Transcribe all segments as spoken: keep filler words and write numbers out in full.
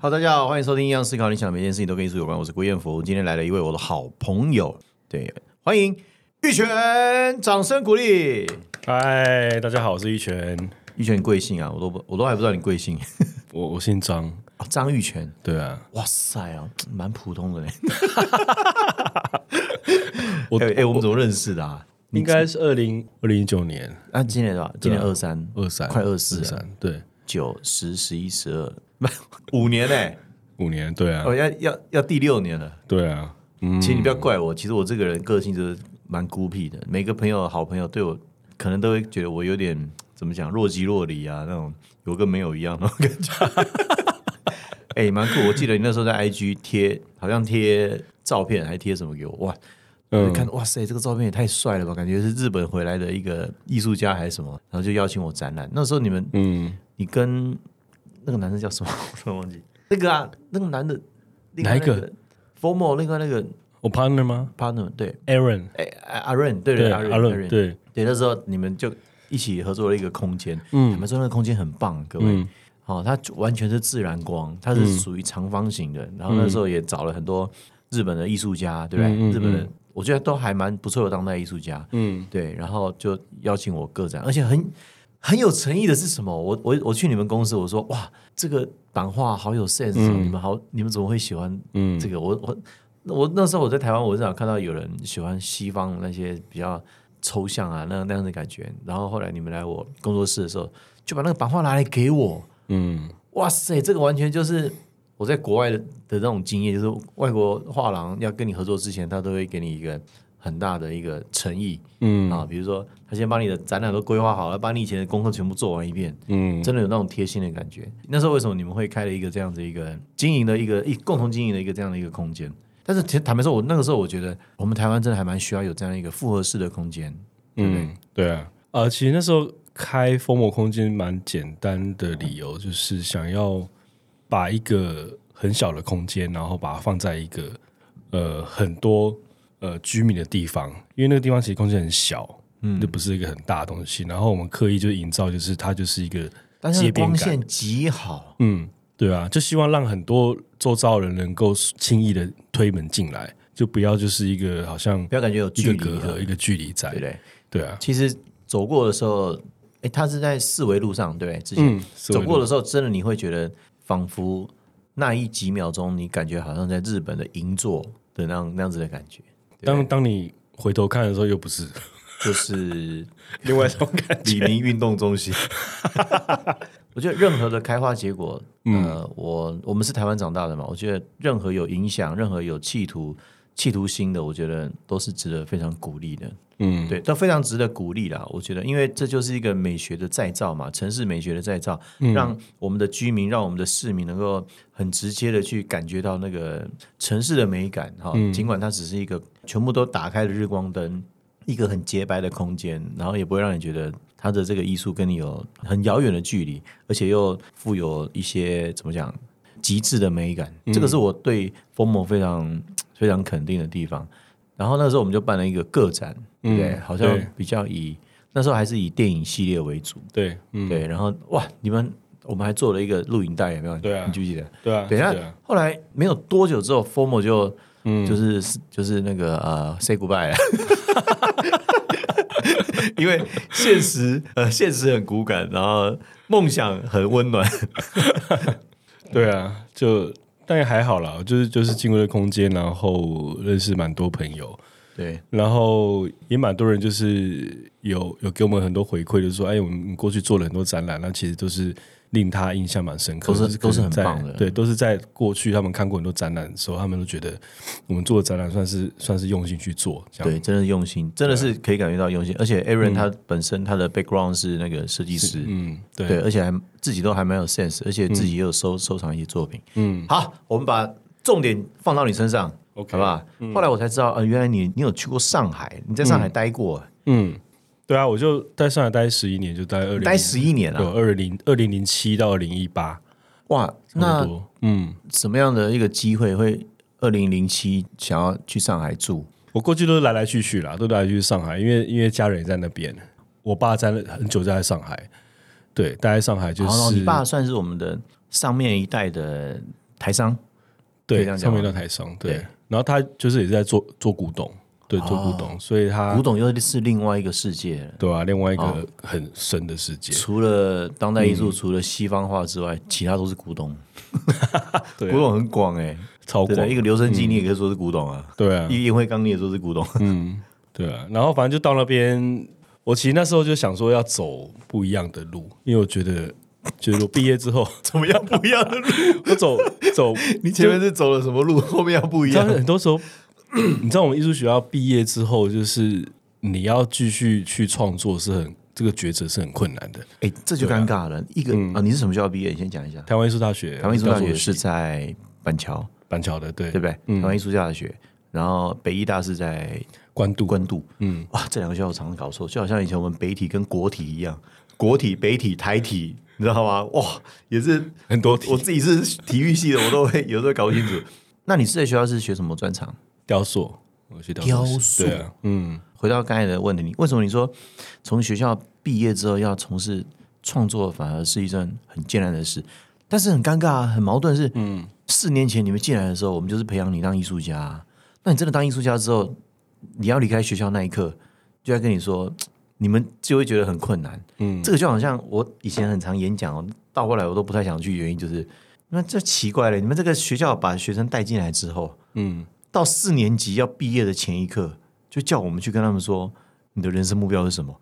好，大家好，欢迎收听《一样思考》，你想每件事情都跟艺术有关。我是郭彦福，今天来了一位我的好朋友，对，欢迎玉泉，掌声鼓励。 嗨，大家好，我是玉泉。 玉泉贵姓啊？我都不我都还不知道你贵姓。 我我姓张， 哦，张玉泉。 对啊， 哇塞啊，蛮普通的嘞。 我哎、欸欸，我们怎么认识的啊？ 应该是二零二零一九年啊，今年多少？今年二三二三， 快二四三，对， 九十十一十二，五年嘞、欸， 五年，对啊， 哦，要要要第六年了。 对啊，嗯， 其实你不要怪我，其实我这个人个性就是蛮孤僻的，每个朋友好朋友对我可能都会觉得我有点怎么讲若即若离啊，那种有跟没有一样那种感觉。哎、欸，蛮酷！我记得你那时候在 I G 贴，好像贴照片还贴什么给我，哇！我就看，哇塞，这个照片也太帅了吧！感觉是日本回来的一个艺术家还是什么，然后就邀请我展览。那时候你们，嗯，你跟那个男生叫什么？我突然忘记。那个啊，那个男的， 哪一个 ？Formal 另外那个， 我 partner 吗 ？partner 对 ，Aaron， 哎，阿润，对对，阿润，对对，那时候你们就一起合作了一个空间，嗯，你们说那个空间很棒，各位。嗯哦，它完全是自然光，它是属于长方形的。嗯、然后那时候也找了很多日本的艺术家，对不对？嗯嗯、日本的我觉得都还蛮不错的当代艺术家，嗯，对。然后就邀请我个展，而且很很有诚意的是什么？我我我去你们公司，我说哇，这个版画好有 sense，、嗯、你们好，你们怎么会喜欢这个？嗯、我我我那时候我在台湾，我至少看到有人喜欢西方那些比较抽象啊那那样的感觉。然后后来你们来我工作室的时候，就把那个版画拿来给我。嗯，哇塞，这个完全就是我在国外 的, 的那种经验，就是外国画廊要跟你合作之前，他都会给你一个很大的一个诚意，嗯啊，比如说他先把你的展览都规划好了，把你以前的功课全部做完一遍，嗯，真的有那种贴心的感觉。那时候为什么你们会开了一个这样子一个经营的一个一共同经营的一个这样的一个空间？但是坦白说，我那个时候我觉得我们台湾真的还蛮需要有这样一个复合式的空间，对不对？ 嗯、对啊，呃，其实那时候开Formal空间蛮简单的理由，就是想要把一个很小的空间，然后把它放在一个呃很多呃居民的地方，因为那个地方其实空间很小，嗯，那不是一个很大的东西。然后我们刻意就营造，就是它就是一个街边感， 光线极好， 嗯，对啊，就希望让很多周遭的人能够轻易的推门进来，就不要就是一个好像不要感觉有距离隔阂，一个距离在， 对不对？ 对啊， 其实走过的时候。哎，他是在四维路上，对不对？之前、嗯、走过的时候，真的你会觉得，仿佛那一几秒钟，你感觉好像在日本的银座的那样那样子的感觉。 当当你回头看的时候，又不是， 就是另外一种感觉。 李明运动中心。我觉得任何的开花结果，嗯、呃，我我们是台湾长大的嘛，我觉得任何有影响、任何有企图、企图心的，我觉得都是值得非常鼓励的。嗯，对，都非常值得鼓励啦。我觉得，因为这就是一个美学的再造嘛，城市美学的再造，嗯、让我们的居民、让我们的市民能够很直接的去感觉到那个城市的美感哈。嗯、尽管它只是一个全部都打开的日光灯，一个很洁白的空间，然后也不会让你觉得它的这个艺术跟你有很遥远的距离，而且又富有一些怎么讲极致的美感。嗯、这个是我对Formal非常非常肯定的地方。然后那时候我们就办了一个个展，嗯、对，好像比较以那时候还是以电影系列为主， 对，嗯、 对。然后哇，你们我们还做了一个录影带，有没有？ 对啊， 你记不记得？ 对啊， 对啊。后来没有多久之后 ，Formal 就、嗯、就是就是那个呃 say goodbye 了，因为现实呃现实很骨感，然后梦想很温暖。 对啊，就。但也还好啦，就是就是进入了空间，然后认识蛮多朋友， 对， 然后也蛮多人就是有有给我们很多回馈，就是说，哎，我们过去做了很多展览，那其实都是令他印象蛮深刻， 都是都是很棒的， 对，都是在过去他们看过很多展览的时候，他们都觉得我们做的展览算是算是用心去做，这样对，真的用心，真的是可以感觉到用心，而且 Aaron 他本身他的 background 是那个设计师，嗯，对，对，而且还自己都还蛮有 sense， 而且自己也有收、嗯、收藏一些作品，嗯，好，我们把重点放到你身上 ，OK， 好不好？嗯、后来我才知道，呃，原来你你有去过上海，你在上海待过， 嗯。嗯对啊，我就在上海待十一年，就待二零待十一年啊， 对，二零二零零七到二零一八， 哇，那嗯，什么样的一个机会会二零零七想要去上海住？ 我过去都是来来去去啦，都来来去去上海，因为因为家人也在那边，我爸在很久在上海，对，待在上海就是。 哦，你爸算是我们的上面一代的台商， 对，上面叫台商，对。对然后他就是也是在做做古董。对，做古董，哦、所以他古董又是另外一个世界， 对啊，另外一个很深的世界。哦、 除了当代艺术、嗯，除了西方画之外，其他都是古董。对、啊，古董很广哎、欸， 超广。 一个留声机你也可以说是古董啊， 对啊， 一个烟灰缸你也说是古董。 嗯，对啊。然后反正就到那边，我其实那时候就想说要走不一样的路，因为我觉得，就是我毕业之后怎么样不一样的路？ 我走走， 你前面是走了什么路？后面要不一样？ 很多时候。你知道我们艺术学校毕业之后，就是你要继续去创作，是很这个抉择是很困难的。 哎、欸，这就尴尬了。啊、一个、嗯、啊，你是什么学校毕业？你先讲一下。 台湾艺术大学。 台湾艺术大学是在板桥， 板桥的，对对不对？嗯、台湾艺术大学，然后北艺大是在关渡， 关渡。嗯，哇，这两个学校我常常搞错，就好像以前我们北体跟国体一样，国体、北体、台体，你知道吗？哇，也是很多体。 我自己是体育系的，我都会有时候搞不清楚。那你是在学校是学什么专长？ 雕塑。我去雕塑， 对啊，嗯， 回到刚才的问题，你为什么你说从学校毕业之后要从事创作，反而是一件很艰难的事？但是很尴尬啊，很矛盾是，嗯，四年前你们进来的时候，我们就是培养你当艺术家、啊，那你真的当艺术家之后，你要离开学校那一刻，就在跟你说，你们就会觉得很困难，嗯，这个就好像我以前很常演讲，到后来我都不太想去，原因就是那这奇怪了，你们这个学校把学生带进来之后，嗯。到四年级要毕业的前一刻，就叫我们去跟他们说，你的人生目标是什么？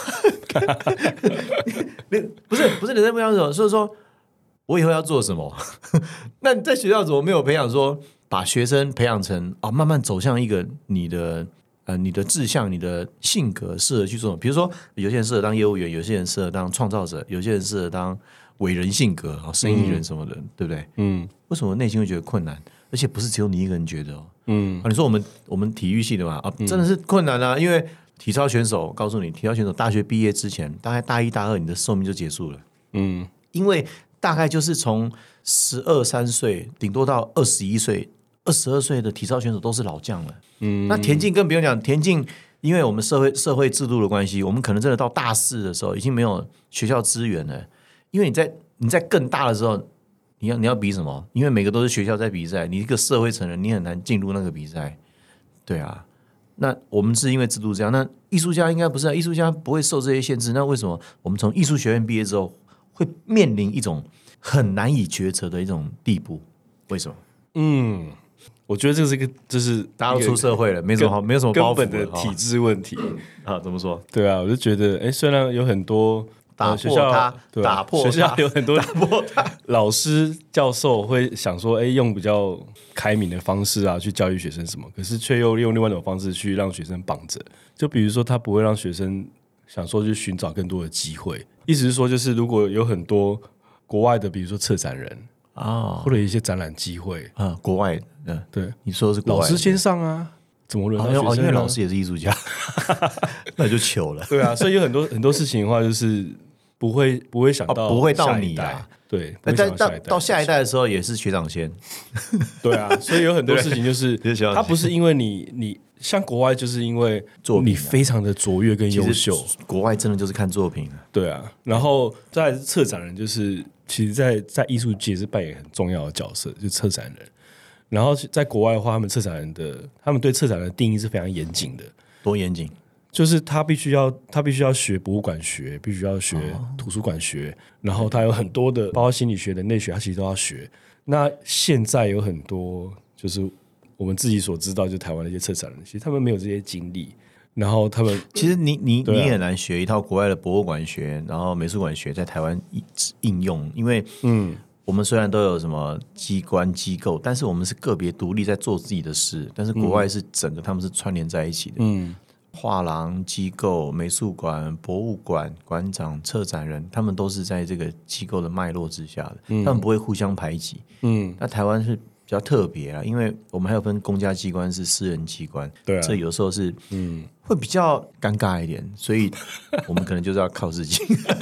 不是不是人生目标是什么？所以说我以后要做什么？那你在学校怎么没有培养说，把学生培养成啊，慢慢走向一个你的呃你的志向、你的性格适合去做什么？比如说，有些人适合当业务员，有些人适合当创造者，有些人适合当伟人性格啊、生意人什么的，嗯、对不对？嗯，为什么内心会觉得困难？而且不是只有你一个人觉得哦。嗯、啊，你说我们我们体育系的嘛啊，真的是困难啊！因为体操选手，告诉你，体操选手大学毕业之前，大概大一大二，你的寿命就结束了。嗯，因为大概就是从十二三岁，顶多到二十一岁、二十二岁的体操选手都是老将了。嗯，那田径更不用讲，田径因为我们社会社会制度的关系，我们可能真的到大四的时候，已经没有学校资源了。因为你在你在更大的时候。你要你要比什么？因为每个都是学校在比赛，你一个社会成人，你很难进入那个比赛，对啊。那我们是因为制度这样，那艺术家应该不是啊，艺术家不会受这些限制。那为什么我们从艺术学院毕业之后，会面临一种很难以抉择的一种地步？为什么？ 嗯，我觉得这是一个，就是大家都出社会了，没什么好，没有什么包袱根本的体制问题啊。怎么说？ 对啊，我就觉得，哎，虽然有很多。 打破它， 呃、 打破它学校有很多打破它。 老师教授会想说，哎，用比较开明的方式啊，去教育学生什么，可是却又用另外一种方式去让学生绑着。就比如说，他不会让学生想说去寻找更多的机会。意思是说，就是如果有很多国外的，比如说策展人啊、哦，或者一些展览机会啊、嗯，国外的， 对， 你说的是国外的老师先上啊。怎么轮到学生、啊哦？因为老师也是艺术家，那就糗了。 对啊，所以有很多很多事情的话，就是不会不会想到、 哦、不会到你啊。 对， 但到到下一代的时候也是学长先。 对啊，所以有很多事情就是他不是因为你你像国外，就是因为你非常的卓越跟优秀， 国外真的就是看作品。 对啊，然后再来是策展人，就是其实在在艺术界是扮演很重要的角色，就是策展人。然后在国外的话，他们策展人的他们对策展人的定义是非常严谨的。 多严谨？ 就是他必须要他必须要学博物馆学，必须要学图书馆学，哦、然后他有很多的，包括心理学、人类学，他其实都要学。那现在有很多就是我们自己所知道，就台湾的一些策展人，其实他们没有这些经历，然后他们其实你你、啊、你很难学一套国外的博物馆学，然后美术馆学在台湾应用，因为嗯。我们虽然都有什么机关机构，但是我们是个别独立在做自己的事，但是国外是整个他们是串联在一起的。嗯，画廊机构、美术馆、博物馆馆长、策展人，他们都是在这个机构的脉络之下的，嗯、他们不会互相排挤。嗯，那台湾是比较特别啊，因为我们还有分公家机关是私人机关， 对、啊， 这有时候是嗯会比较尴尬一点，所以我们可能就是要靠自己。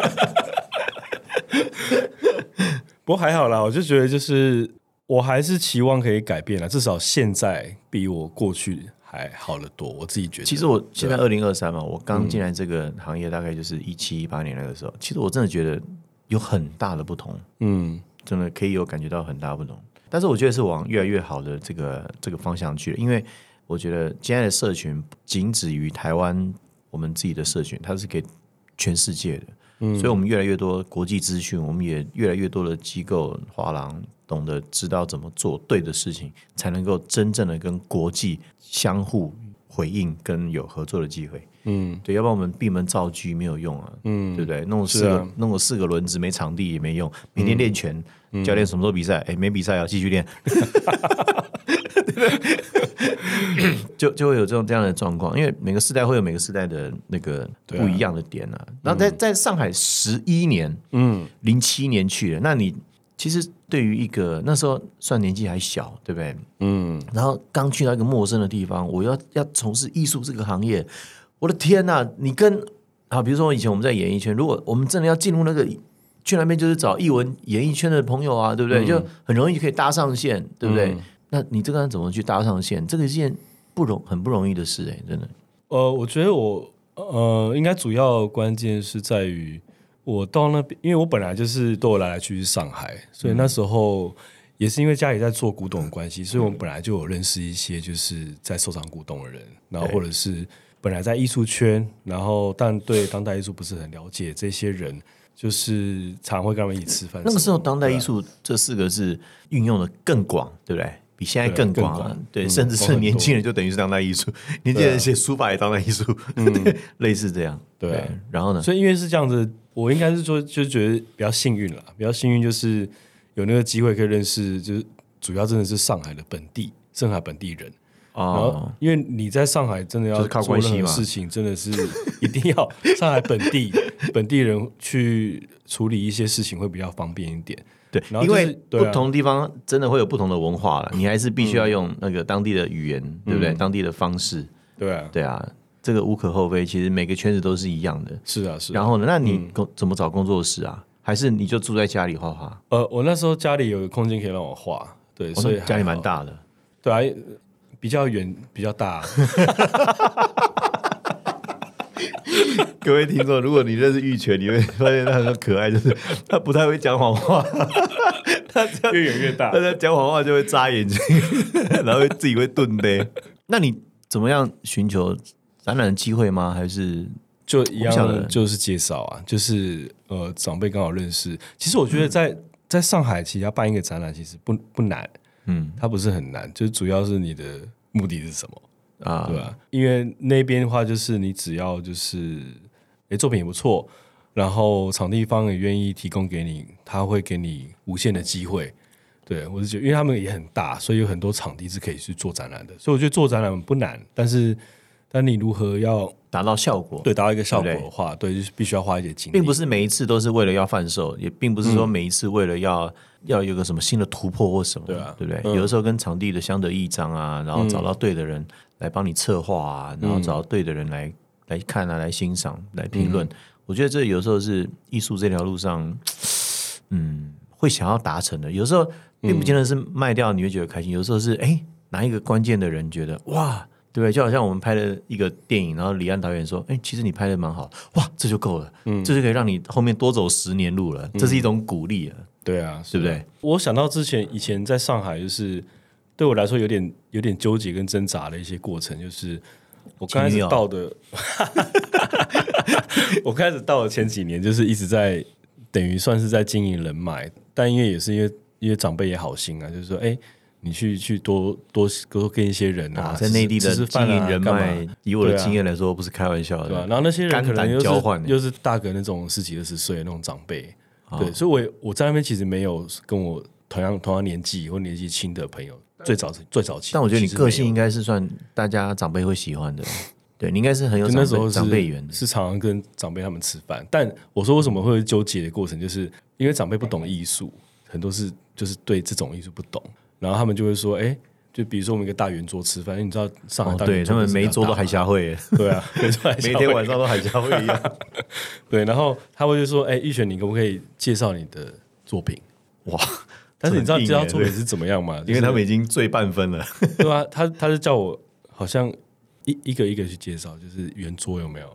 不过还好啦，我就觉得就是我还是期望可以改变啦，至少现在比我过去还好得多。我自己觉得， 其实我现在二零二三嘛，我刚进来这个行业大概就是一七一八年那个时候，其实我真的觉得有很大的不同，嗯，真的可以有感觉到很大的不同。 但是我觉得是往越来越好的这个这个方向去了，因为我觉得现在的社群仅止于台湾我们自己的社群，它是给全世界的。嗯、所以我们越来越多国际资讯，我们也越来越多的机构画廊懂得知道怎么做对的事情，才能够真正的跟国际相互回应跟有合作的机会。嗯，对，要不然我们闭门造车没有用啊，嗯，对不对？弄四个、啊、弄个四个轮子没场地也没用，明天练拳、嗯，教练什么时候比赛？哎，没比赛啊，继续练。就就会有这种这样的状况，因为每个世代会有每个世代的那个不一样的点啊。然后在在上海十一年，嗯，零七年去了，那你其实对于一个那时候算年纪还小，对不对？嗯，然后刚去到一个陌生的地方，我要要从事艺术这个行业，我的天哪！你跟啊，比如说以前我们在演艺圈，如果我们真的要进入那个去那边，就是找艺文演艺圈的朋友啊，对不对？嗯、就很容易就可以搭上线，对不对？嗯、那你这个怎么去搭上线？这个是件不容很不容易的事、欸，哎，真的。 呃，我觉得我呃，应该主要关键是在于我到那边，因为我本来就是都有来来去去上海，所以那时候也是因为家里在做古董的关系，所以我们本来就有认识一些就是在收藏古董的人，然后或者是本来在艺术圈，然后但对当代艺术不是很了解这些人。就是常会跟他们一起吃饭。 那个时候，当代艺术这四个字运用的更广，对不对？比现在更广了。对，对、嗯，甚至是年轻人就等于是当代艺术，年轻人写书法也当代艺术，嗯、类似这样。 对、啊， 然后呢？ 所以因为是这样子，我应该是说，就觉得比较幸运啦，比较幸运就是有那个机会可以认识，就是主要真的是上海的本地，上海本地人。然后，因为你在上海真的要做任何事情，真的是一定要上海本地本地人去处理一些事情会比较方便一点。 对， 然后、 就是、因为不同地方真的会有不同的文化了，你还是必须要用那个当地的语言，嗯、对不对？当地的方式， 对啊， 对啊，这个无可厚非。其实每个圈子都是一样的。 是啊，是啊。 然后呢？那你怎么找工作室啊？还是你就住在家里画画？ 呃，我那时候家里有个空间可以让我画，对，所以家里蛮大的。 对啊。比较远，比较大。 各位听众，如果你认识玉泉，你会发现他很可爱，就是他不太会讲谎话， 他越远越大， 他在讲谎话就会眨眼睛，然后自己会顿杯。那你怎么样寻求展览的机会吗？还是就一样，就是介绍啊，就是呃长辈刚好认识。其实我觉得在、嗯、在上海，其实要办一个展览，其实不不难。嗯，它不是很难，就是主要是你的目的是什么啊？对吧？因为那边的话，就是你只要就是哎作品也不错，然后场地方也愿意提供给你，他会给你无限的机会。对，我是觉得，因为他们也很大，所以有很多场地是可以去做展览的。所以我觉得做展览不难，但是但你如何要达到效果？ 对，达到一个效果的话， 对, 对，就是必须要花一点精力， 并不是每一次都是为了要贩售，也并不是说每一次为了要。嗯要有个什么新的突破或什么，对啊，对不对？嗯、有的时候跟场地的相得益彰啊，然后找到对的人来帮你策划啊，嗯、然后找到对的人来来看啊，来欣赏，来评论。嗯、我觉得这有时候是艺术这条路上，嗯，会想要达成的。有时候并不见得是卖掉你会觉得开心，有时候是哎哪一个关键的人觉得哇。对不对？就好像我们拍了一个电影，然后李安导演说：“哎，其实你拍的蛮好，哇，这就够了，嗯，这就可以让你后面多走十年路了，嗯、这是一种鼓励了。” 对啊， 对不对？ 我想到之前以前在上海，就是对我来说有点有点纠结跟挣扎的一些过程，就是我刚开始到的，我开始到了前几年，就是一直在等于算是在经营人脉，但因为也是因为因为长辈也好心啊，就是说，哎。你去去多多多跟一些人啊， 在内地的经营人脉，以我的经验来说，不是开玩笑的。 对啊，然后那些人可能又是又是大哥那种十几二十岁的那种长辈，对，所以我我在那边其实没有跟我同样同样年纪或年纪轻的朋友，最早最早期。 但我觉得你个性应该是算大家长辈会喜欢的，对你应该是很有长辈长辈缘的， 是常常跟长辈他们吃饭。但我说为什么会纠结的过程，就是因为长辈不懂艺术，很多是就是对这种艺术不懂。然后他们就会说，哎，就比如说我们一个大圆桌吃饭，你知道上海大圆桌、 哦、对他们每一桌都海峡会， 对啊， 每天晚上都海峡会一样。 对，然后他会就说，哎，玉璇，你可不可以介绍你的作品？哇！但是你知道这张作品是怎么样吗？ 因为他们已经醉半分了， 对啊，他他是叫我好像一一个一个去介绍，就是圆桌有没有？然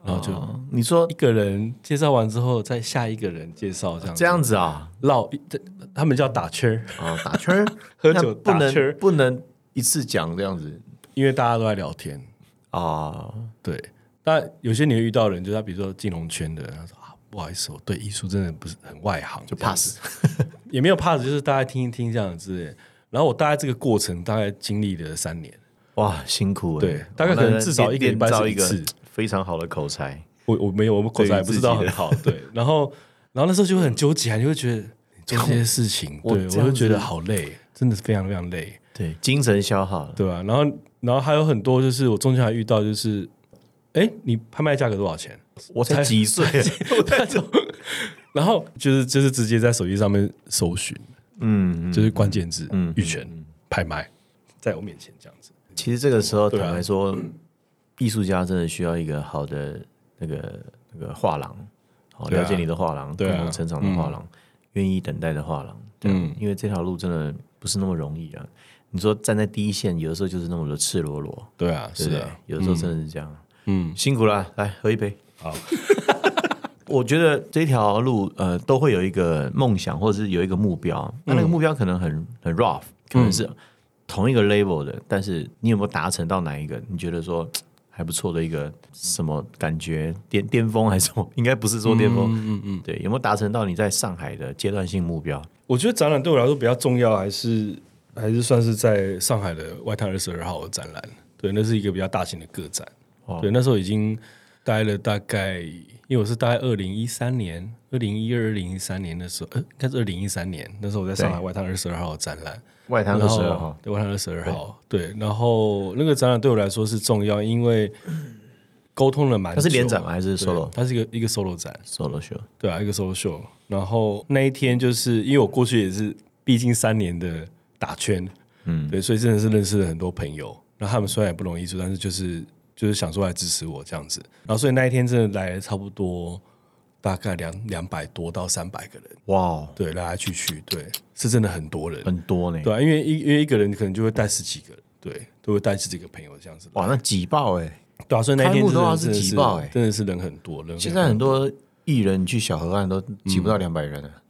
然后就、 哦、你说一个人介绍完之后，再下一个人介绍，这样子这样子啊， 绕他们叫打圈哦，打圈喝酒不能打圈不能一次讲这样子， 因为大家都在聊天啊、哦。 对，但有些你会遇到的人，就是他比如说金融圈的，他说啊，不好意思，我对艺术真的不是很外行， 就 pass， 也没有 pass， 就是大家听一听这样子之类。然后我大概这个过程大概经历了三年， 哇，辛苦对，大概可能至少一个礼拜是一次， 非常好的口才。 我我没有，我们口才也不知道很好，对。然后然后那时候就会很纠结，你会觉得做这些事情，对我就觉得好累，真的是非常非常累， 对，精神消耗， 对吧、啊？然后然后还有很多，就是我中间还遇到，就是哎，你拍卖价格多少钱？ 我才几岁， 我才走，然后就是就是直接在手机上面搜寻。嗯，就是关键字，嗯，玉泉拍卖，在我面前这样子。 其实这个时候，坦白说，艺术家真的需要一个好的那个那个画廊，好了解你的画廊，共同成长的画廊，愿意等待的画廊。嗯，因为这条路真的不是那么容易啊。你说站在第一线，有的时候就是那么的赤裸裸。 对啊，是的， 有的时候真的是这样。嗯，辛苦了，来喝一杯。好。我觉得这条路呃都会有一个梦想，或者是有一个目标。那那个目标可能很很 rough， 可能是同一个 level 的，但是你有没有达成到哪一个？你觉得说还不错的一个什么感觉？巅巅峰还是什么？应该不是说巅峰，嗯嗯嗯，对，有没有达成到你在上海的阶段性目标？ 我觉得展览对我来说比较重要，还是还是算是在上海的外滩二十二号的展览。对，那是一个比较大型的个展。哦、对，那时候已经待了大概。因为我是大概二零一三年、二零一二、二零一三年的时候，呃，应该是二零一三年，那时候我在上海外滩二十二号的展览， 外滩二十二号， 对，外滩二十二号，对，然后那个展览对我来说是重要，因为沟通了蛮久。 它是联展吗？还是 solo？ 它是一个一个 solo 展 ，solo show， 对啊，一个 solo show。然后那一天就是因为我过去也是，毕竟三年的打圈，嗯，对，所以真的是认识了很多朋友。然后他们虽然也不懂艺术，但是就是。就是想说来支持我这样子，然后所以那一天真的来了差不多大概两两百多到三百个人，哇，对，来来去去，对，是真的很多人， 很多呢， 对、啊，因为一因为一个人可能就会带十几个人，对，都会带十几个朋友这样子， 哇，那挤爆哎、欸， 对啊，所以那一天真的是挤爆哎、欸， 真的是人很多，人很多现在很多艺人去小河岸都挤不到两百人了，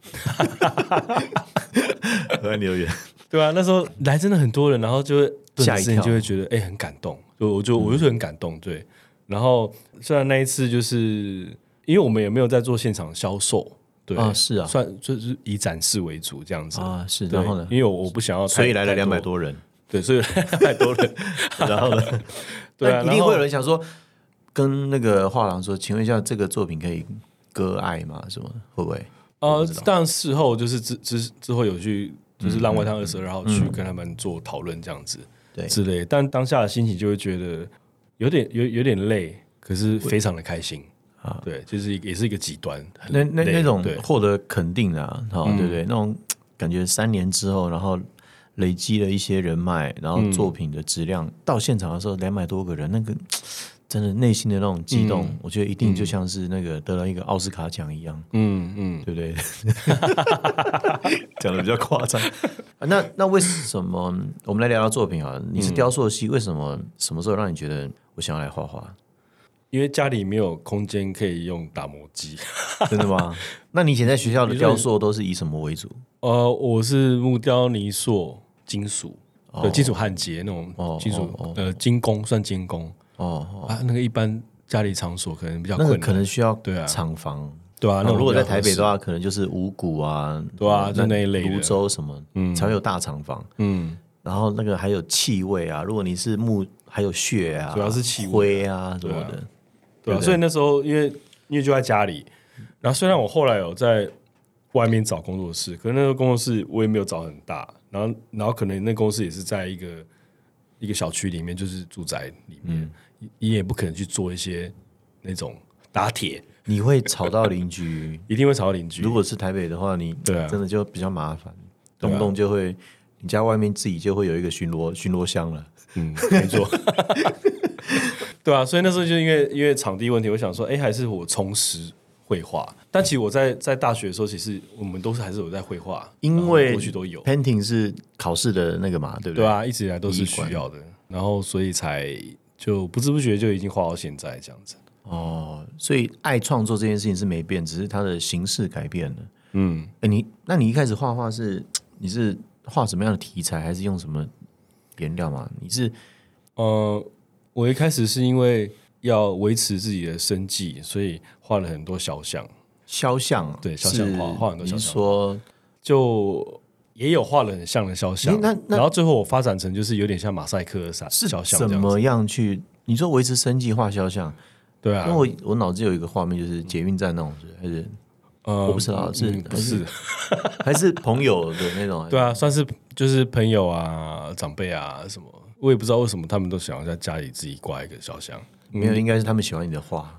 河岸留言， 对啊，那时候来真的很多人，然后就会吓一跳，就会觉得哎、欸、很感动。我就我就很感动，对。然后虽然那一次就是因为我们也没有在做现场销售，对啊，是啊， 算就是以展示为主这样子啊，是。然后呢？ 因为我我不想要， 所以来了两百多人， 对，所以两百多人。 然后呢？对啊，一定会有人想说，跟那个画廊说，请问一下，这个作品可以割爱吗？什么会不会？ 呃，当然事后就是之之之后有去，就是让外滩二十二号去跟他们做讨论这样子。对之类，但当下的心情就会觉得有点有有点累，可是非常的开心啊！对，就是也是一个极端， 那那那种获得肯定啊，好、嗯、对不对？那种感觉三年之后，然后累积了一些人脉，然后作品的质量、嗯、到现场的时候两百多个人，那个真的内心的那种激动、嗯，我觉得一定就像是那个得到一个奥斯卡奖一样，嗯嗯，对不对？讲的比较夸张。那那为什么我们来聊聊作品啊？你是雕塑系，为什么什么时候让你觉得我想要来画画？ 因为家里没有空间可以用打磨机， 真的吗？那你以前在学校的雕塑都是以什么为主？ 呃，我是木雕、泥塑、金属，哦、对，金属焊接那种金属、哦哦、呃精工算精工哦哦啊，那个一般家里场所可能比较困难， 那个可能需要对啊厂房。 对啊， 那如果在台北的话，可能就是五股啊， 对啊，就那一类的泸州什么，嗯，才会有大厂房，嗯，然后那个还有气味啊，如果你是木，还有血啊， 主要是气味灰啊什么的，对啊， 对啊，所以那时候因为因为就在家里，然后虽然我后来有在外面找工作室，可是那个工作室我也没有找很大，然后然后可能那公司也是在一个一个小区里面，就是住宅里面，嗯、你也不可能去做一些那种打铁。 你会吵到邻居， 一定会吵到邻居。 如果是台北的话，你真的就比较麻烦，动不动就会，你家外面自己就会有一个巡逻巡逻箱了。 嗯，没错。对啊，所以那时候就因为因为场地问题，我想说，哎、欸，还是我重拾绘画。但其实我在在大学的时候，其实我们都是还是有在绘画， 因为过去都有。 painting 是考试的那个嘛，对不对？ 对啊，一直以来都是需要的，然后所以才就不知不觉就已经画到现在这样子。 哦，所以爱创作这件事情是没变，只是它的形式改变了。 嗯， 哎，你那你一开始画画是你是画什么样的题材，还是用什么颜料吗？你是呃，我一开始是因为要维持自己的生计，所以画了很多肖像。 肖像， 对，肖像画画很多肖像。 你说就也有画了很像的肖像， 那那然后最后我发展成就是有点像马赛克的肖像， 是怎么样去？你说维持生计画肖像？ 对啊， 因为我我脑子有一个画面，就是捷运站那种，还是呃，我不知道是、 嗯、不是还是朋友的那种？ 对啊，算是就是朋友啊、长辈啊什么，我也不知道为什么他们都想要在家里自己挂一个肖像。 没有，应该是他们喜欢你的画。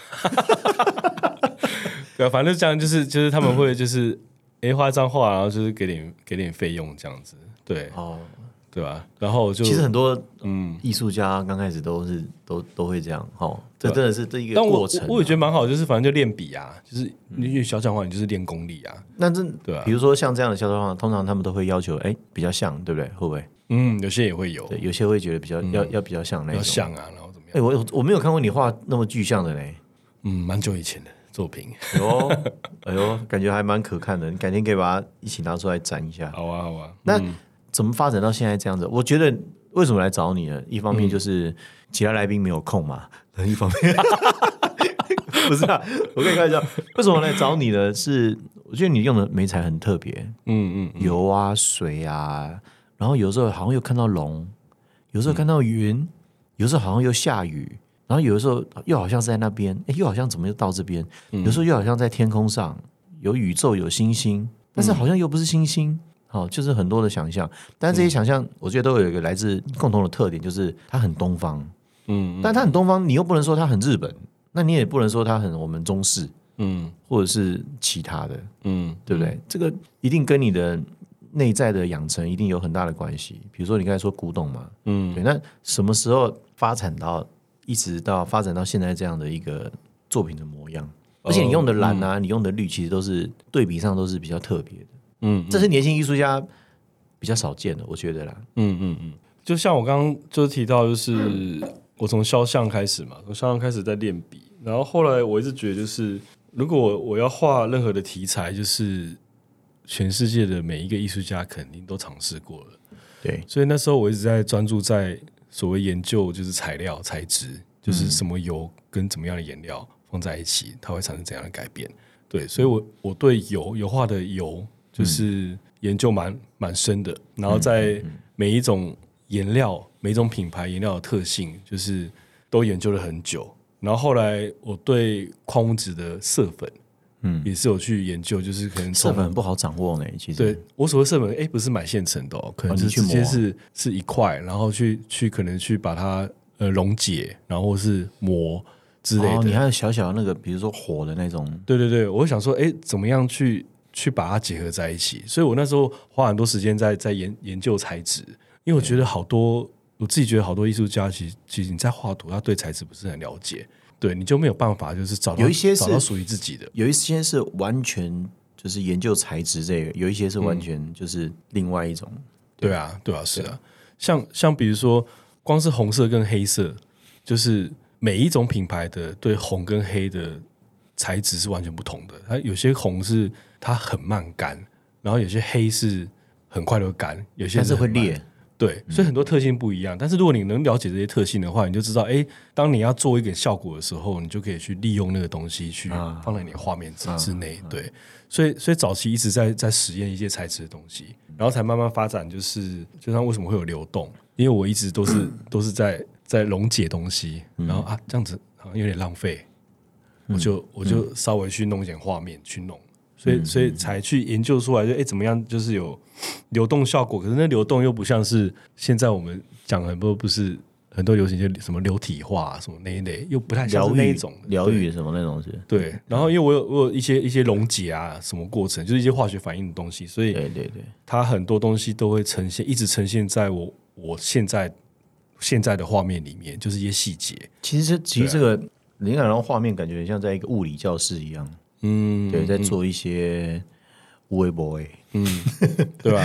对啊，反正这样就是就是他们会就是哎画一张画，然后就是给点给点费用这样子，对哦。对吧？然后就其实很多嗯艺术家刚开始都是都都会这样哦，这真的是这一个过程、啊。 但我我也觉得蛮好，就是反正就练笔啊，就是你肖像画，你就是练功力啊。 那这对啊， 比如说像这样的肖像画，通常他们都会要求哎比较像，对不对？会不会？ 嗯，有些也会有， 对，有些会觉得比较、嗯、要要比较像那种， 要像啊，然后怎么样？ 哎，我我没有看过你画那么具象的嘞。 嗯，蛮久以前的作品。 哟，哎呦，感觉还蛮可看的。你改天可以把它一起拿出来展一下。 好啊，好啊。 那、嗯、怎么发展到现在这样子？我觉得为什么来找你呢？一方面就是其他来宾没有空嘛，嗯、一方面不是啊，我跟你开玩笑。为什么来找你呢？是我觉得你用的媒材很特别，嗯, 嗯嗯，油啊、水啊，然后有时候好像又看到龙，有时候看到云，嗯、有时候好像又下雨。然后有的时候又好像是在那边，又好像怎么又到这边？嗯、有时候又好像在天空上有宇宙有星星，但是好像又不是星星，哦，就是很多的想象。但是这些想象，我觉得都有一个来自共同的特点，就是它很东方，嗯，但它很东方，你又不能说它很日本，那你也不能说它很我们中式，嗯，或者是其他的，嗯，对不对？这个一定跟你的内在的养成一定有很大的关系。比如说你刚才说古董嘛，嗯，对，那什么时候发展到？一直到发展到现在这样的一个作品的模样，而且你用的蓝啊，哦嗯、你用的绿，其实都是对比上都是比较特别的，嗯，这是年轻艺术家比较少见的，我觉得啦， 嗯嗯嗯，就像我刚刚就提到，就是我从肖像开始嘛，从肖像开始在练笔，然后后来我一直觉得，就是如果我我要画任何的题材，就是全世界的每一个艺术家肯定都尝试过了， 对， 所以那时候我一直在专注在。所谓研究就是材料材质，就是什么油跟怎么样的颜料放在一起，它会产生怎样的改变。对，所以我我对油油画的油就是研究蛮蛮深的，然后在每一种颜料、每一种品牌颜料的特性，就是都研究了很久。然后后来我对矿物质的色粉。嗯，也是有去研究，就是可能色粉不好掌握呢。其实， 对我所谓色粉，哎，不是买现成的哦，可能是直接是、哦、是一块，然后去去可能去把它呃溶解，然后是磨之类的。 哦，你还有小小的那个，比如说火的那种。 对对对，我想说，哎，怎么样去去把它结合在一起？所以我那时候花很多时间在在研研究材质，因为我觉得好多，我自己觉得好多艺术家，其实其实你在画图，他对材质不是很了解。对，你就没有办法，就是找到有一些找到属于自己的， 有一些是完全就是研究材质这个，有一些是完全就是另外一种。嗯、 对, 对啊，对啊，是啊，像像比如说，光是红色跟黑色，就是每一种品牌的对红跟黑的材质是完全不同的。它有些红是它很慢干，然后有些黑是很快就干，有些但是会裂。 对，所以很多特性不一样，嗯、但是如果你能了解这些特性的话，你就知道，哎，当你要做一点效果的时候，你就可以去利用那个东西去放在你的画面之、啊、之内。对，所以所以早期一直在在实验一些材质的东西，然后才慢慢发展，就是就像为什么会有流动，因为我一直都是、嗯、都是在在溶解东西，然后啊这样子好像有点浪费，嗯、我就我就稍微去弄一点画面去弄。所以，所以才去研究出来，就哎，怎么样，就是有流动效果。可是那流动又不像是现在我们讲很多，不是很多流行就什么流体画什么那一类，又不太像是那一种疗愈什么那种是。 对，然后因为我有我有一些一些溶解啊，什么过程，就是一些化学反应的东西，所以对对对， 它很多东西都会呈现，一直呈现在我我现在现在的画面里面，就是一些细节。 其实其实这个灵感让画面感觉很像在一个物理教室一样。嗯，对，在做一些微博，嗯， 对吧？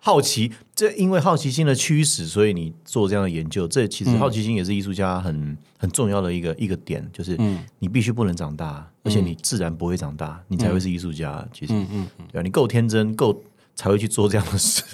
好奇，这因为好奇心的驱使，所以你做这样的研究。这其实好奇心也是艺术家很很重要的一个一个点，就是你必须不能长大，而且你自然不会长大，你才会是艺术家。其实，嗯嗯嗯对啊，你够天真，够才会去做这样的事。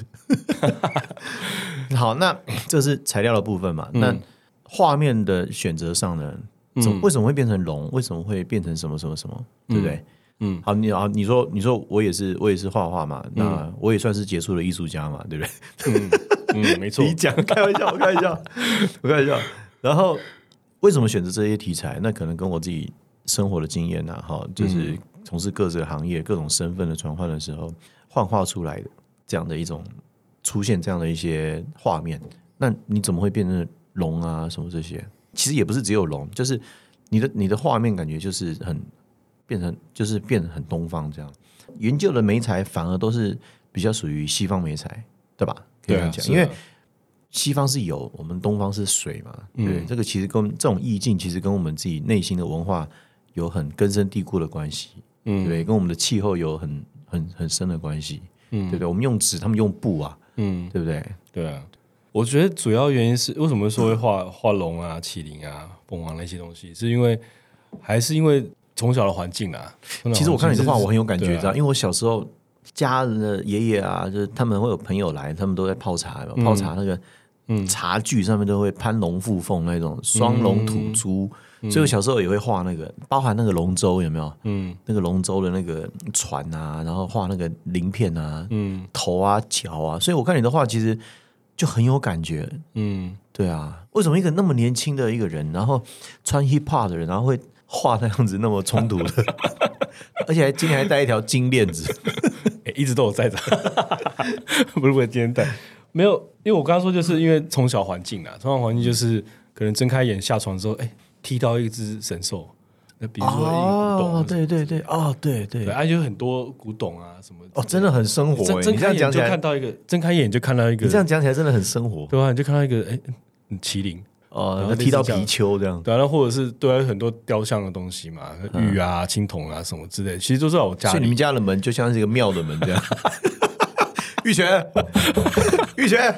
好，那这是材料的部分嘛？嗯、那画面的选择上呢？嗯、为什么会变成龙？为什么会变成什么什么什么？对不对？嗯嗯，好，你好，你说，你说我也是，我也是画画嘛，那我也算是杰出的艺术家嘛，对不对？ 嗯, 嗯，没错。 你讲，开玩笑，我开玩笑，我开玩笑。然后为什么选择这些题材？那可能跟我自己生活的经验啊，哈，就是从事各个行业、各种身份的转换的时候，幻化出来的这样的一种出现这样的一些画面。那你怎么会变成龙啊？什么这些？其实也不是只有龙，就是你的你的画面感觉就是很。变成就是变得很东方这样，研究的媒材反而都是比较属于西方媒材，对吧？可以这样讲，啊啊、因为西方是油，我们东方是水嘛，嗯、对，这个其实跟这种意境其实跟我们自己内心的文化有很根深蒂固的关系，嗯，对，跟我们的气候有很很很深的关系，嗯，对不对？我们用纸，他们用布啊，嗯，对不对？ 对啊，我觉得主要原因是为什么说会画画龙啊、麒麟啊、凤凰那些东西，是因为还是因为。从小的环境啊， 其实我看你的画，我很有感觉，知道、啊？因为我小时候家人的爷爷啊，就是他们会有朋友来，他们都在泡茶，嗯、泡茶那个茶具上面都会攀龙附凤那种双龙吐珠，嗯、所以我小时候也会画那个，包含那个龙舟有没有？嗯，那个龙舟的那个船啊，然后画那个鳞片啊，嗯，头啊脚啊，所以我看你的画其实就很有感觉，嗯，对啊，为什么一个那么年轻的一个人，然后穿 hip hop 的人，然后会画那样子那么冲突的，而且还今天还戴一条金链子， 欸、一直都有在的，不是我今天戴，没有，因为我刚刚说就是因为从小环境啊，从小环境就是可能睁开眼下床之后，哎、欸，踢到一只神兽，那比如说一个古董， 哦，对对对，哦，对对， 对，而且有很多古董啊什么， 哦，真的很生活、欸， 睁开眼就看到一个，睁开眼就看到一个， 你这样讲起来真的很生活， 对吧、啊？你就看到一个，哎、欸，麒麟。 哦，那踢到皮丘这样， 对啊，然后或者是对啊，很多雕像的东西嘛，玉啊、青铜啊什么之类的，其实都是在我家里。 所以你们家的门就像是一个庙的门这样。玉泉，玉泉，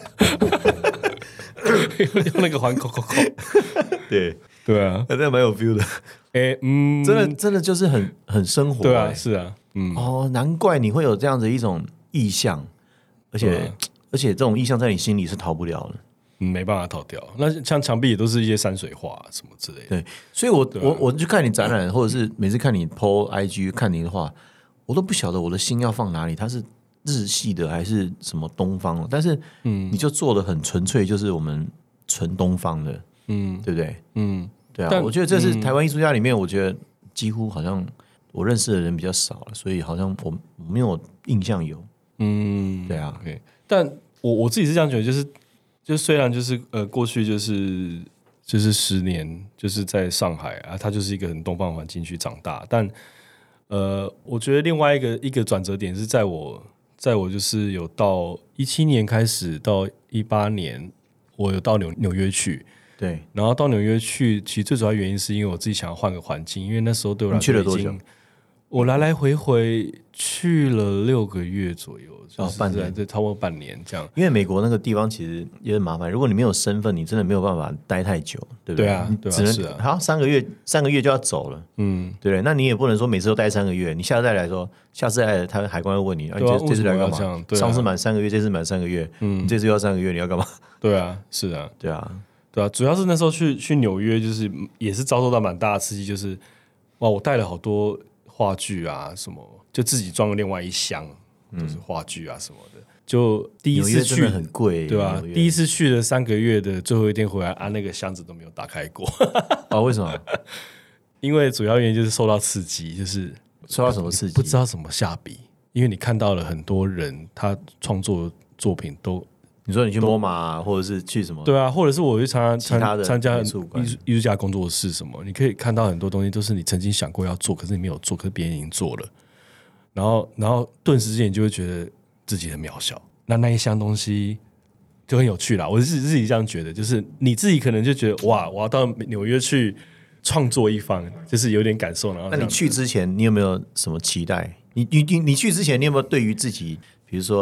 用那个环口口口。 对对啊， 那蛮有 feel 的。 哎、欸，嗯， 真的真的就是很很生活、欸。 对啊，是啊，嗯， 哦，难怪你会有这样的一种意象，而且、啊、而且这种意象在你心里是逃不了的。 没办法逃掉，那像墙壁也都是一些山水画、啊、什么之类的。 对，所以我、啊、我我去看你展览，或者是每次看你 po I G 看你的画，我都不晓得我的心要放哪里，它是日系的还是什么东方的？但是，嗯，你就做的很纯粹，就是我们纯东方的，嗯，对不对？嗯，对啊，我觉得这是台湾艺术家里面，我觉得几乎好像我认识的人比较少了，所以好像我我没有印象有，嗯，对啊， okay, 但我我自己是这样觉得，就是。就虽然就是呃过去就是就是十年就是在上海啊，它就是一个很东方环境去长大，但呃我觉得另外一个一个转折点是在我在我就是有到一七年开始到一八年，我有到纽纽约去， 对， 然后到纽约去，其实最主要原因是因为我自己想要换个环境，因为那时候对我来说， 你去了多久？ 我来来回回去了六个月左右， 哦，半年， 对，差不多半年这样。 因为美国那个地方其实也很麻烦，如果你没有身份，你真的没有办法待太久，对不对？ 对啊，对啊， 只能是啊， 好三个月，三个月就要走了，嗯，对不对？那你也不能说每次都待三个月，你下次再来说，下次来他海关会问你，啊、你这这次来干嘛？ 啊、 上次满三个月，这次满三个月，嗯，你这次又要三个月，你要干嘛？ 对啊，是啊， 对啊， 对啊，主要是那时候去去纽约，就是也是遭受到蛮大的刺激，就是哇，我带了好多。话剧啊，什么就自己装了另外一箱，就是话剧啊什么的。就第一次去很贵， 对吧？第一次去了三个月的最后一天回来啊，那个箱子都没有打开过。 啊？为什么？ 因为主要原因就是受到刺激，就是受到什么刺激？ 不知道怎么下笔，因为你看到了很多人他创作作品都。 你说你去摸马，或者是去什么？ 对啊，或者是我去参加参加艺术艺术家工作室什么，你可以看到很多东西都是你曾经想过要做，可是你没有做，可是别人已经做了，然后然后顿时间你就会觉得自己很渺小。那那一箱东西就很有趣啦，我是自己这样觉得，就是你自己可能就觉得哇，我要到纽约去创作一番，就是有点感受。然后， 那你去之前，你有没有什么期待？你你你你去之前，你有没有对于自己，比如说？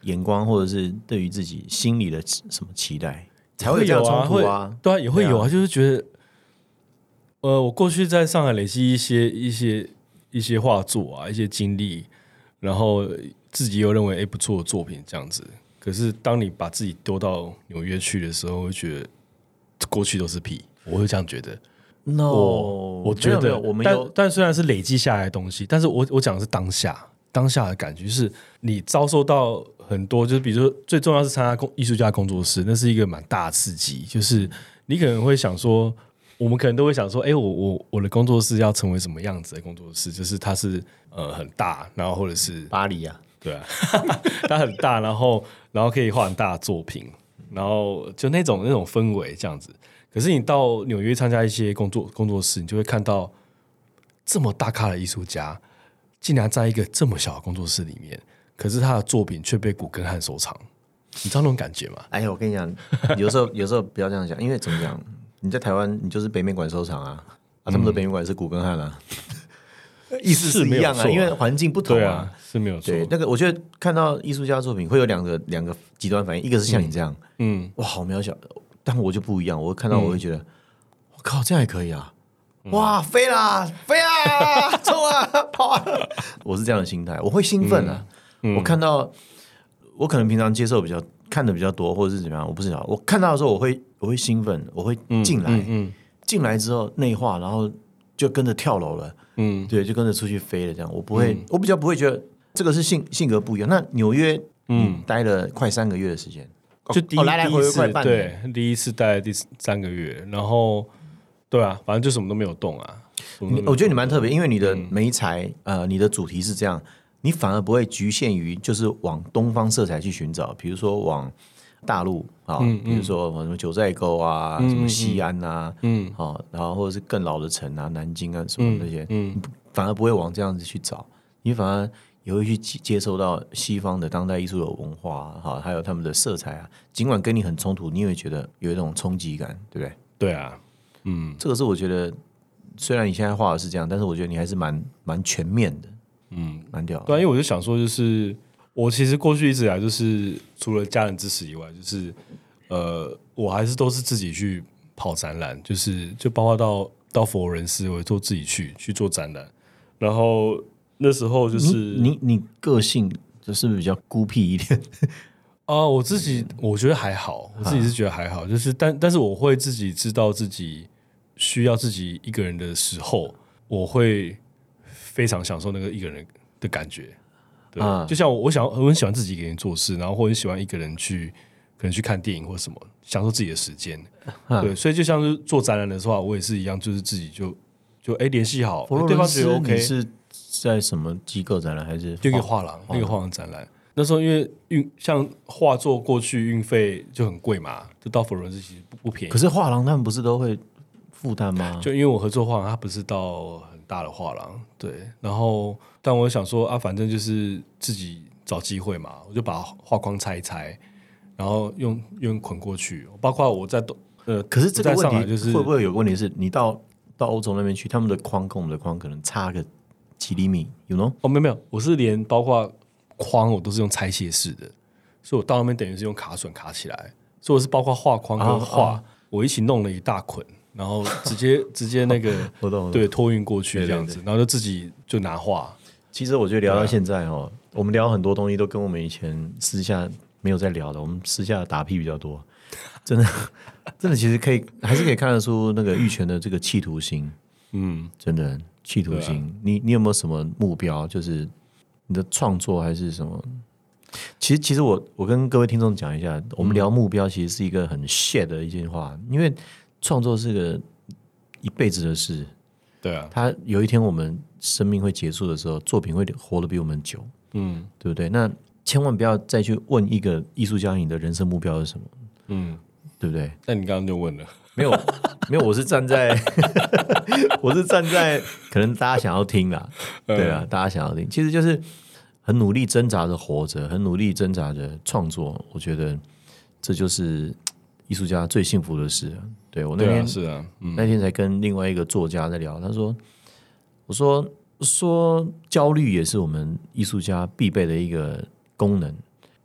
眼光，或者是对于自己心里的什么期待，才会有这样冲突啊？ 对啊，也会有啊，就是觉得，呃，我过去在上海累积一些一些一些画作啊，一些经历，然后自己又认为哎不错的作品这样子。可是当你把自己丢到纽约去的时候，会觉得过去都是屁，我会这样觉得。 No， 我我觉得我们有，但虽然是累积下来的东西，但是我我讲的是当下当下的感觉，就是你遭受到很多，就是比如说最重要是参加艺术家工作室，那是一个蛮大的刺激，就是你可能会想说，我们可能都会想说，哎、欸，我我我的工作室要成为什么样子的工作室？就是它是呃很大，然后或者是巴黎啊， 对啊，它很大，然后然后可以画很大的作品，然后就那种那种氛围这样子。可是你到纽约参加一些工作工作室，你就会看到这么大咖的艺术家，竟然在一个这么小的工作室里面，可是他的作品却被古根汉收藏，你知道那种感觉吗？ 哎呀，我跟你讲，有时候有时候不要这样讲，因为怎么讲，你在台湾你就是北美馆收藏啊，啊，他们的北美馆是古根汉啊，嗯、意思是一样啊，因为环境不同啊， 对啊，是没有错。 对，那个我觉得看到艺术家作品会有两个两个极端反应，一个是像你这样，嗯，哇，好渺小。但我就不一样，我看到我会觉得，嗯、我靠，这样也可以啊！哇，飞啦，飞啊，冲啊，跑啊！我是这样的心态，我会兴奋啊！嗯嗯、我看到，我可能平常接受比较看的比较多，或者是怎么样，我不知道。我看到的时候，我会我会兴奋，我会进来，进、嗯嗯、来之后内化，然后就跟着跳楼了，嗯，对，就跟着出去飞了。这样，我不会，嗯、我比较不会觉得这个是性性格不一样。那纽约，嗯，待了快三个月的时间。 就第一、 哦、来来回回快半年，对，第一次待第三个月，然后对啊，反正就什么都没有动啊。 我觉得你蛮特别，因为你的媒材、嗯、呃，你的主题是这样，你反而不会局限于就是往东方色彩去寻找，比如说往大陆啊，嗯嗯、比如说什么九寨沟啊，嗯、什么西安啊，嗯，啊，然后或者是更老的城啊，南京啊什么那些，嗯，反而不会往这样子去找，你反而也会去接受到西方的当代艺术的文化哈，还有他们的色彩啊。尽管跟你很冲突，你也会觉得有一种冲击感，对不对？ 对啊，嗯， 这个是我觉得，虽然你现在画的是这样，但是我觉得你还是蛮蛮全面的，嗯，蛮屌的。 对啊，因为我就想说，就是我其实过去一直以来，就是除了家人支持以外，就是呃，我还是都是自己去跑展览，就是就包括到到佛罗伦斯，我都自己去去做展览，然后。那时候就是你你你个性就是不是比较孤僻一点啊、呃？我自己我觉得还好，我自己是觉得还好，就是但但是我会自己知道自己需要自己一个人的时候，我会非常享受那个一个人的感觉。对，啊、就像我我想我很喜欢自己一个人做事，然后或者喜欢一个人去可能去看电影或什么，享受自己的时间。啊、对，所以就像是做展览的时候，我也是一样，就是自己就就哎联系好，对方觉得 OK 是。在什么机构展览还是就一个画廊？那个画廊展览，那时候因为运像画作过去运费就很贵嘛，就到佛罗伦斯其实 不, 不便宜。 可是画廊他们不是都会负担吗？ 就因为我合作画廊，它不是到很大的画廊，对。然后，但我想说啊，反正就是自己找机会嘛，我就把画框拆一拆，然后用用捆过去。包括我在呃， 可是这个问题就是会不会有个问题是，你到到欧洲那边去，他们的框跟我们的框可能差个。几厘米 ，you know？ 哦，没有没有，我是连包括框我都是用拆卸式的，所以我到那边等于是用卡榫卡起来，所以我是包括画框跟画、啊啊、我一起弄了一大捆，然后直接直接那个我懂对托运过去这样子，对对对，然后就自己就拿画。 其实我觉得聊到现在哦，啊、我们聊很多东西都跟我们以前私下没有在聊的，我们私下打屁比较多，真的真的其实可以还是可以看得出那个玉泉的这个企图心，嗯，真的。企图心，啊、你你有没有什么目标？就是你的创作还是什么？其实，其实我我跟各位听众讲一下，我们聊目标其实是一个很 shit 的一句话，因为创作是个一辈子的事。 对啊， 他有一天我们生命会结束的时候，作品会活得比我们久，嗯，对不对？那千万不要再去问一个艺术家你的人生目标是什么，嗯，对不对？ 那你刚刚就问了。 没有，没有，我是站在，我是站在，可能大家想要听啦，对啊，大家想要听，其实就是很努力挣扎着活着，很努力挣扎着创作，我觉得这就是艺术家最幸福的事啊。对我那天、 啊、是啊、嗯， 那天才跟另外一个作家在聊，他说，我说说焦虑也是我们艺术家必备的一个功能。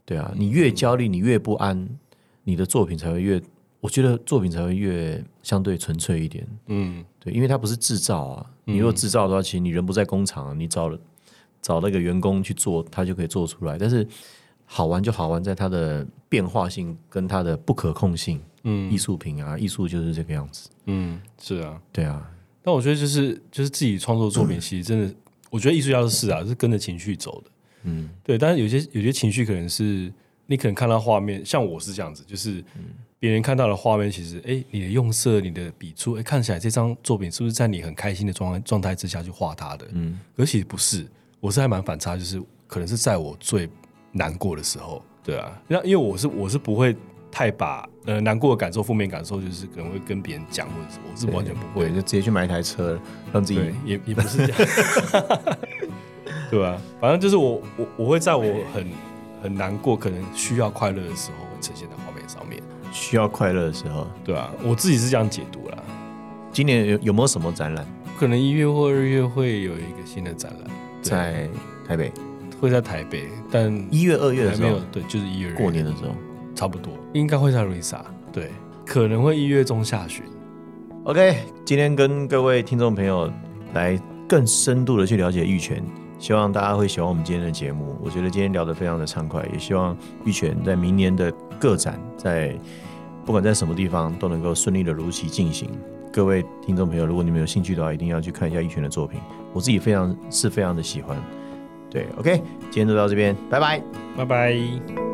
对啊，你越焦虑，你越不安，你的作品才会越，我觉得作品才会越相对纯粹一点。嗯，对，因为它不是制造啊，你如果制造的话，其实你人不在工厂，你找了找那个员工去做，他就可以做出来。但是好玩就好玩在它的变化性跟它的不可控性。嗯，艺术品啊，艺术就是这个样子。 嗯，是啊， 对啊。 但我觉得就是就是自己创作作品，其实真的，嗯、我觉得艺术家是啊，是跟着情绪走的。嗯，对，但是有些有些情绪可能是你可能看到画面，像我是这样子，就是别人看到的画面，其实哎，你的用色、你的笔触，哎，看起来这张作品是不是在你很开心的状状态之下去画它的？嗯，可是其实不是，我是还蛮反差，就是可能是在我最难过的时候，对啊，那因为我是我是不会太把呃难过的感受、负面感受，就是可能会跟别人讲，或者是我是完全不会， 就直接去买一台车让自己， 也也不是这样。对吧、啊？反正就是我我我会在我很很难过，可能需要快乐的时候，会呈现在画面上面。 需要快乐的时候， 对啊，我自己是这样解读啦。 今年有有没有什么展览？ 可能一月或二月会有一个新的展览， 在台北， 会在台北，但一月二月的时候， 没有，对，就是一月过年的时候， 差不多，应该会在 Risa， 对，可能会一月中下旬。 OK， 今天跟各位听众朋友来更深度的去了解玉泉。希望大家会喜欢我们今天的节目，我觉得今天聊得非常的畅快，也希望玉泉在明年的个展，在不管在什么地方都能够顺利的如期进行。各位听众朋友，如果你们有兴趣的话，一定要去看一下玉泉的作品，我自己非常是非常的喜欢。对 ，OK， 今天就到这边，拜拜， 拜拜。